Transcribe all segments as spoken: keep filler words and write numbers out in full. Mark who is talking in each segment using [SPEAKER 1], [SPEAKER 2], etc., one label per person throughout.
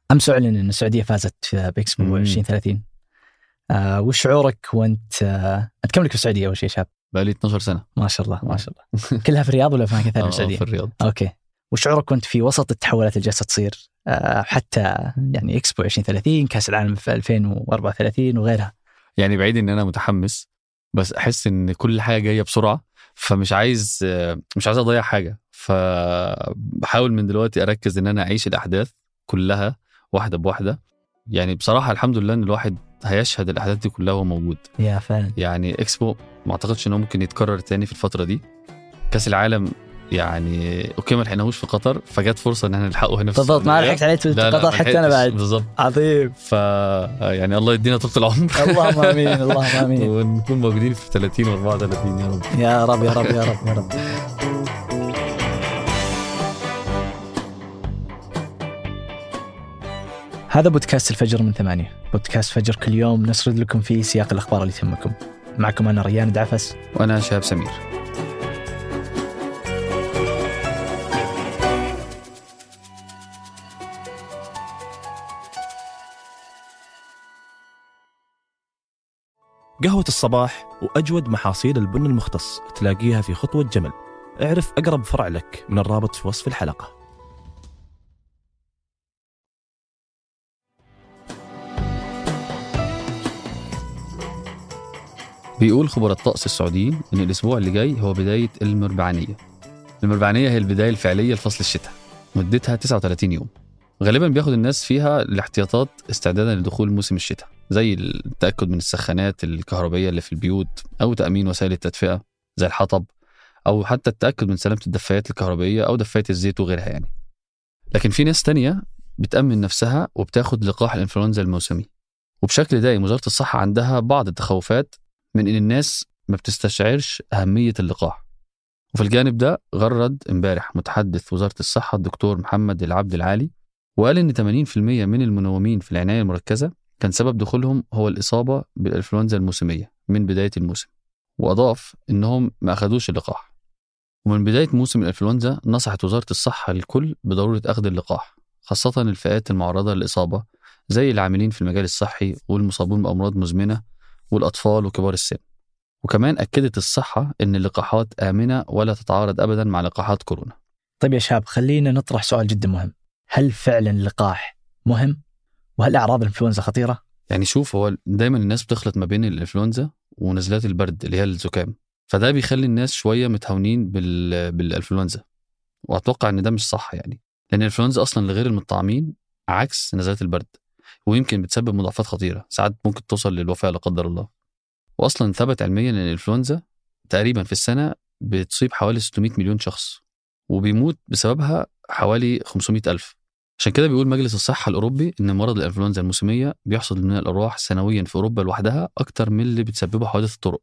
[SPEAKER 1] أمس أعلن أن السعودية فازت في بإكسبو عشرين ثلاثين. آه وش شعورك وأنت آه أنت كم لك في السعودية أول شيء شاب؟
[SPEAKER 2] بقالي اثنا عشر سنة.
[SPEAKER 1] ما شاء الله ما شاء الله. كلها في الرياض ولا في مكان ثاني في السعودية؟
[SPEAKER 2] في الرياض.
[SPEAKER 1] أوكي. وش شعورك وأنت في وسط التحولات اللي جالسة تصير آه حتى يعني إكسبو عشرين ثلاثين، كأس العالم في ألفين وأربعة وثلاثين وغيرها؟
[SPEAKER 2] يعني بعيد إن أنا متحمس، بس أحس إن كل حاجة جاية بسرعة، فمش عايز مش عايز أضيع حاجة، فبحاول من دلوقتي أركز إن أنا أعيش الأحداث كلها واحدة بواحدة. يعني بصراحة الحمد لله إن الواحد هيشهد الأحداث دي كلها وهو موجود.
[SPEAKER 1] يا فعلا.
[SPEAKER 2] يعني إكسبو ما أعتقدش إنه ممكن يتكرر تاني في الفترة دي. كأس العالم يعني أوكي ما لحقناهوش في قطر، فجت فرصة إن احنا نلحقه هنا في
[SPEAKER 1] بالضبط. ما لحقت عليه في قطر حتى أنا بعد.
[SPEAKER 2] بالضبط.
[SPEAKER 1] عظيم.
[SPEAKER 2] ف يعني الله يدينا طول العمر.
[SPEAKER 1] اللهم آمين اللهم آمين.
[SPEAKER 2] ونكون موجودين في ثلاثين وأربعة وثلاثين يا رب.
[SPEAKER 1] يا رب يا رب يا رب يا رب. هذا بودكاست الفجر من ثمانية، بودكاست فجر كل يوم نسرد لكم فيه سياق الأخبار اللي تهمكم. معكم أنا ريان دعفس
[SPEAKER 2] وأنا شهاب سمير.
[SPEAKER 3] قهوة الصباح وأجود محاصيل البن المختص تلاقيها في خطوة جمل. اعرف أقرب فرع لك من الرابط في وصف الحلقة.
[SPEAKER 2] بيقول خبراء الطقس السعوديين إن الأسبوع اللي جاي هو بداية المربعانية. المربعانية هي البداية الفعلية لفصل الشتاء، مدتها تسعة وثلاثين يوم. غالبا بياخد الناس فيها الاحتياطات استعدادا لدخول موسم الشتاء، زي التأكد من السخانات الكهربية اللي في البيوت، أو تأمين وسائل التدفئة زي الحطب، أو حتى التأكد من سلامة الدفايات الكهربية أو دفايات الزيت وغيرها يعني. لكن في ناس تانية بتأمن نفسها وبتاخد لقاح الإنفلونزا الموسمي. وبشكل دائم وزارة الصحة عندها بعض التخوفات من إن الناس ما بتستشعرش أهمية اللقاح. وفي الجانب ده غرد امبارح متحدث وزارة الصحة الدكتور محمد العبد العالي، وقال إن ثمانين بالمئة من المنومين في العناية المركزة كان سبب دخولهم هو الإصابة بالإنفلونزا الموسمية من بداية الموسم. وأضاف إنهم ما أخذوش اللقاح. ومن بداية موسم الإنفلونزا نصحت وزارة الصحة الكل بضرورة أخذ اللقاح، خاصة الفئات المعرضة للإصابة زي العاملين في المجال الصحي والمصابون بأمراض مزمنة والأطفال وكبار السن. وكمان أكدت الصحة إن اللقاحات آمنة ولا تتعارض أبدا مع لقاحات كورونا.
[SPEAKER 1] طيب يا شاب، خلينا نطرح سؤال جدا مهم. هل فعلا اللقاح مهم؟ وهل أعراض الإنفلونزا خطيرة؟
[SPEAKER 2] يعني شوف، هو دايما الناس بتخلط ما بين الإنفلونزا ونزلات البرد اللي هي الزكام، فده بيخلي الناس شوية متهونين بال... بالإنفلونزا. وأتوقع إن ده مش صح يعني، لأن الإنفلونزا أصلا لغير المطعمين عكس نزلات البرد، ويمكن بتسبب مضاعفات خطيرة ساعات ممكن توصل للوفاة لا قدر الله. وأصلا ثبت علميا أن الإنفلونزا تقريبا في السنة بتصيب حوالي ستمائة مليون شخص، وبيموت بسببها حوالي خمسمائة ألف. عشان كده بيقول مجلس الصحة الأوروبي إن مرض الإنفلونزا الموسمية بيحصد من الأرواح سنويا في أوروبا لوحدها أكتر من اللي بتسببه حوادث الطرق.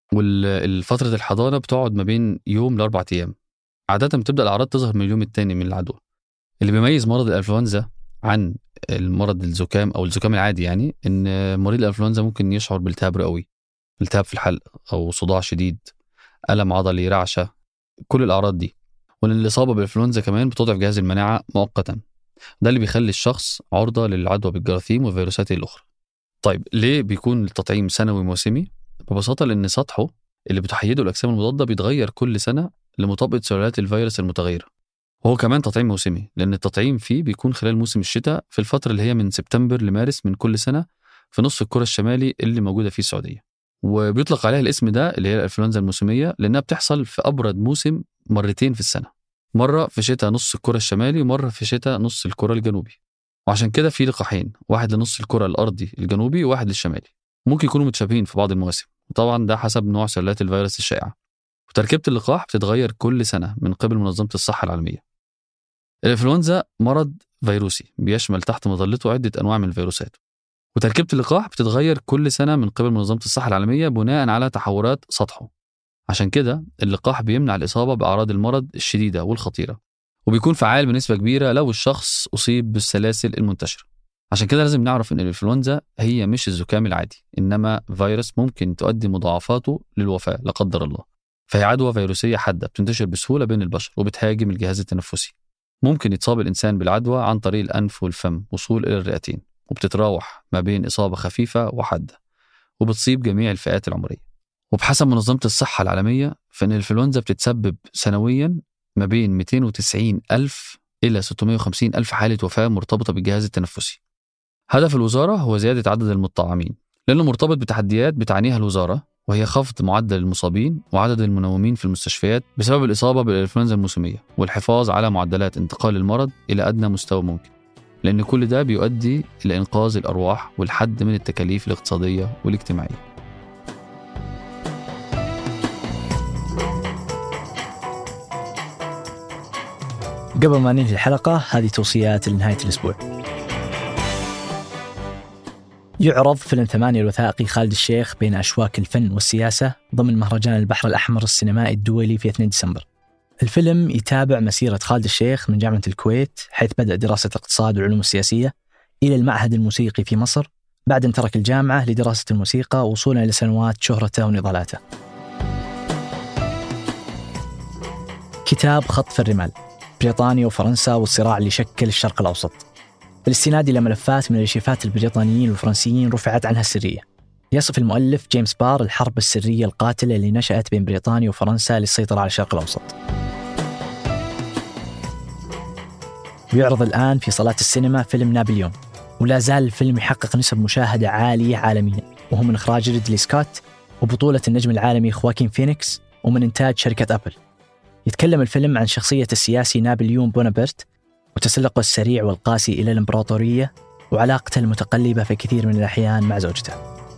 [SPEAKER 2] والفترة الحضانة بتقعد ما بين يوم لأربع أيام. عادة بتبدأ الأعراض تظهر من اليوم الثاني من العدوى. اللي بيميز مرض الإنفلونزا عن المرض الزكام أو الزكام العادي يعني إن مريض الإنفلونزا ممكن يشعر بالتهاب رئوي، التهاب في الحلق، أو صداع شديد، ألم عضلي، رعشة، كل الأعراض دي. وإن الإصابة بالإنفلونزا كمان بتضعف جهاز المناعة مؤقتا. ده اللي بيخلي الشخص عرضة للعدوى بالجراثيم والفيروسات الأخرى. طيب ليه بيكون التطعيم سنوي موسمي؟ ببساطة لأن سطحه اللي بتحيده الأجسام المضادة بيتغير كل سنة لمطابقة سلالات الفيروس المتغيرة. وهو كمان تطعيم موسمي لأن التطعيم فيه بيكون خلال موسم الشتاء في الفترة اللي هي من سبتمبر لمارس من كل سنة في نصف الكرة الشمالي اللي موجودة فيه السعودية. وبيطلق عليها الاسم ده اللي هي الإنفلونزا الموسمية لأنها بتحصل في أبرد موسم مرتين في السنة، مرة في شتاء نص الكرة الشمالي ومرة في شتاء نص الكرة الجنوبي. وعشان كده في لقاحين، واحد لنص الكرة الأرضي الجنوبي وواحد للشمالي، ممكن يكونوا متشابهين في بعض المواسم، وطبعا ده حسب نوع سلالات الفيروس الشائعة. وتركيبة اللقاح بتتغير كل سنة من قبل منظمة الصحة العالمية. الإنفلونزا مرض فيروسي بيشمل تحت مظلته عدة أنواع من الفيروسات، وتركيبة اللقاح بتتغير كل سنة من قبل منظمة الصحة العالمية بناء على تحورات سطحه. عشان كده اللقاح بيمنع الإصابة بأعراض المرض الشديدة والخطيرة، وبيكون فعال بنسبة كبيرة لو الشخص أصيب بالسلاسل المنتشرة. عشان كده لازم نعرف إن الإنفلونزا هي مش الزكام العادي، إنما فيروس ممكن تؤدي مضاعفاته للوفاة لا قدر الله. فهي عدوى فيروسية حادة بتنتشر بسهولة بين البشر وبتهاجم الجهاز التنفسي. ممكن يتصاب الإنسان بالعدوى عن طريق الأنف والفم وصول إلى الرئتين، وبتتراوح ما بين إصابة خفيفة وحادة، وبتصيب جميع الفئات العمرية. وبحسب منظمة الصحة العالمية فإن الإنفلونزا بتتسبب سنوياً ما بين مئتين وتسعين ألف إلى ستمئة وخمسين ألف حالة وفاة مرتبطة بالجهاز التنفسي. هدف الوزارة هو زيادة عدد المطعمين، لأنه مرتبط بتحديات بتعنيها الوزارة، وهي خفض معدل المصابين وعدد المنومين في المستشفيات بسبب الإصابة بالإنفلونزا الموسمية، والحفاظ على معدلات انتقال المرض إلى أدنى مستوى ممكن، لأن كل ده بيؤدي إلى إنقاذ الأرواح والحد من التكاليف الاقتصادية والاجتماعية.
[SPEAKER 1] قبل ما ننهي الحلقة، هذه توصيات لنهاية الأسبوع. يعرض فيلم ثمانية الوثائقي خالد الشيخ بين أشواك الفن والسياسة ضمن مهرجان البحر الأحمر السينمائي الدولي في اثنين ديسمبر. الفيلم يتابع مسيرة خالد الشيخ من جامعة الكويت حيث بدأ دراسة الاقتصاد والعلوم السياسية إلى المعهد الموسيقي في مصر بعد أن ترك الجامعة لدراسة الموسيقى وصولا إلى سنوات شهرته ونضالاته. كتاب خطف الرمال، بريطانيا وفرنسا والصراع اللي شكل الشرق الأوسط، بالاستناد إلى ملفات من الارشيفات البريطانيين والفرنسيين رفعت عنها السرية. يصف المؤلف جيمس بار الحرب السرية القاتلة اللي نشأت بين بريطانيا وفرنسا للسيطرة على الشرق الأوسط. ويعرض الآن في صالات السينما فيلم نابليون، ولا زال الفيلم يحقق نسب مشاهدة عالية عالميا، وهو من إخراج ريدلي سكوت وبطولة النجم العالمي خواكين فينيكس ومن إنتاج شركة أبل. يتكلم الفيلم عن شخصية السياسي نابليون بونابرت وتسلقه السريع والقاسي إلى الإمبراطورية وعلاقته المتقلبة في كثير من الأحيان مع زوجته.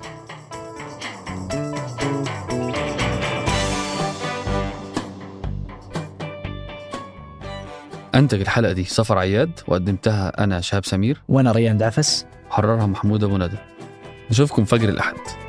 [SPEAKER 2] أنتج الحلقة دي سفر عياد، وقدمتها أنا شهاب سمير،
[SPEAKER 1] وأنا ريان دعفس،
[SPEAKER 2] وحررها محمود أبو ندى. نشوفكم فجر الأحد.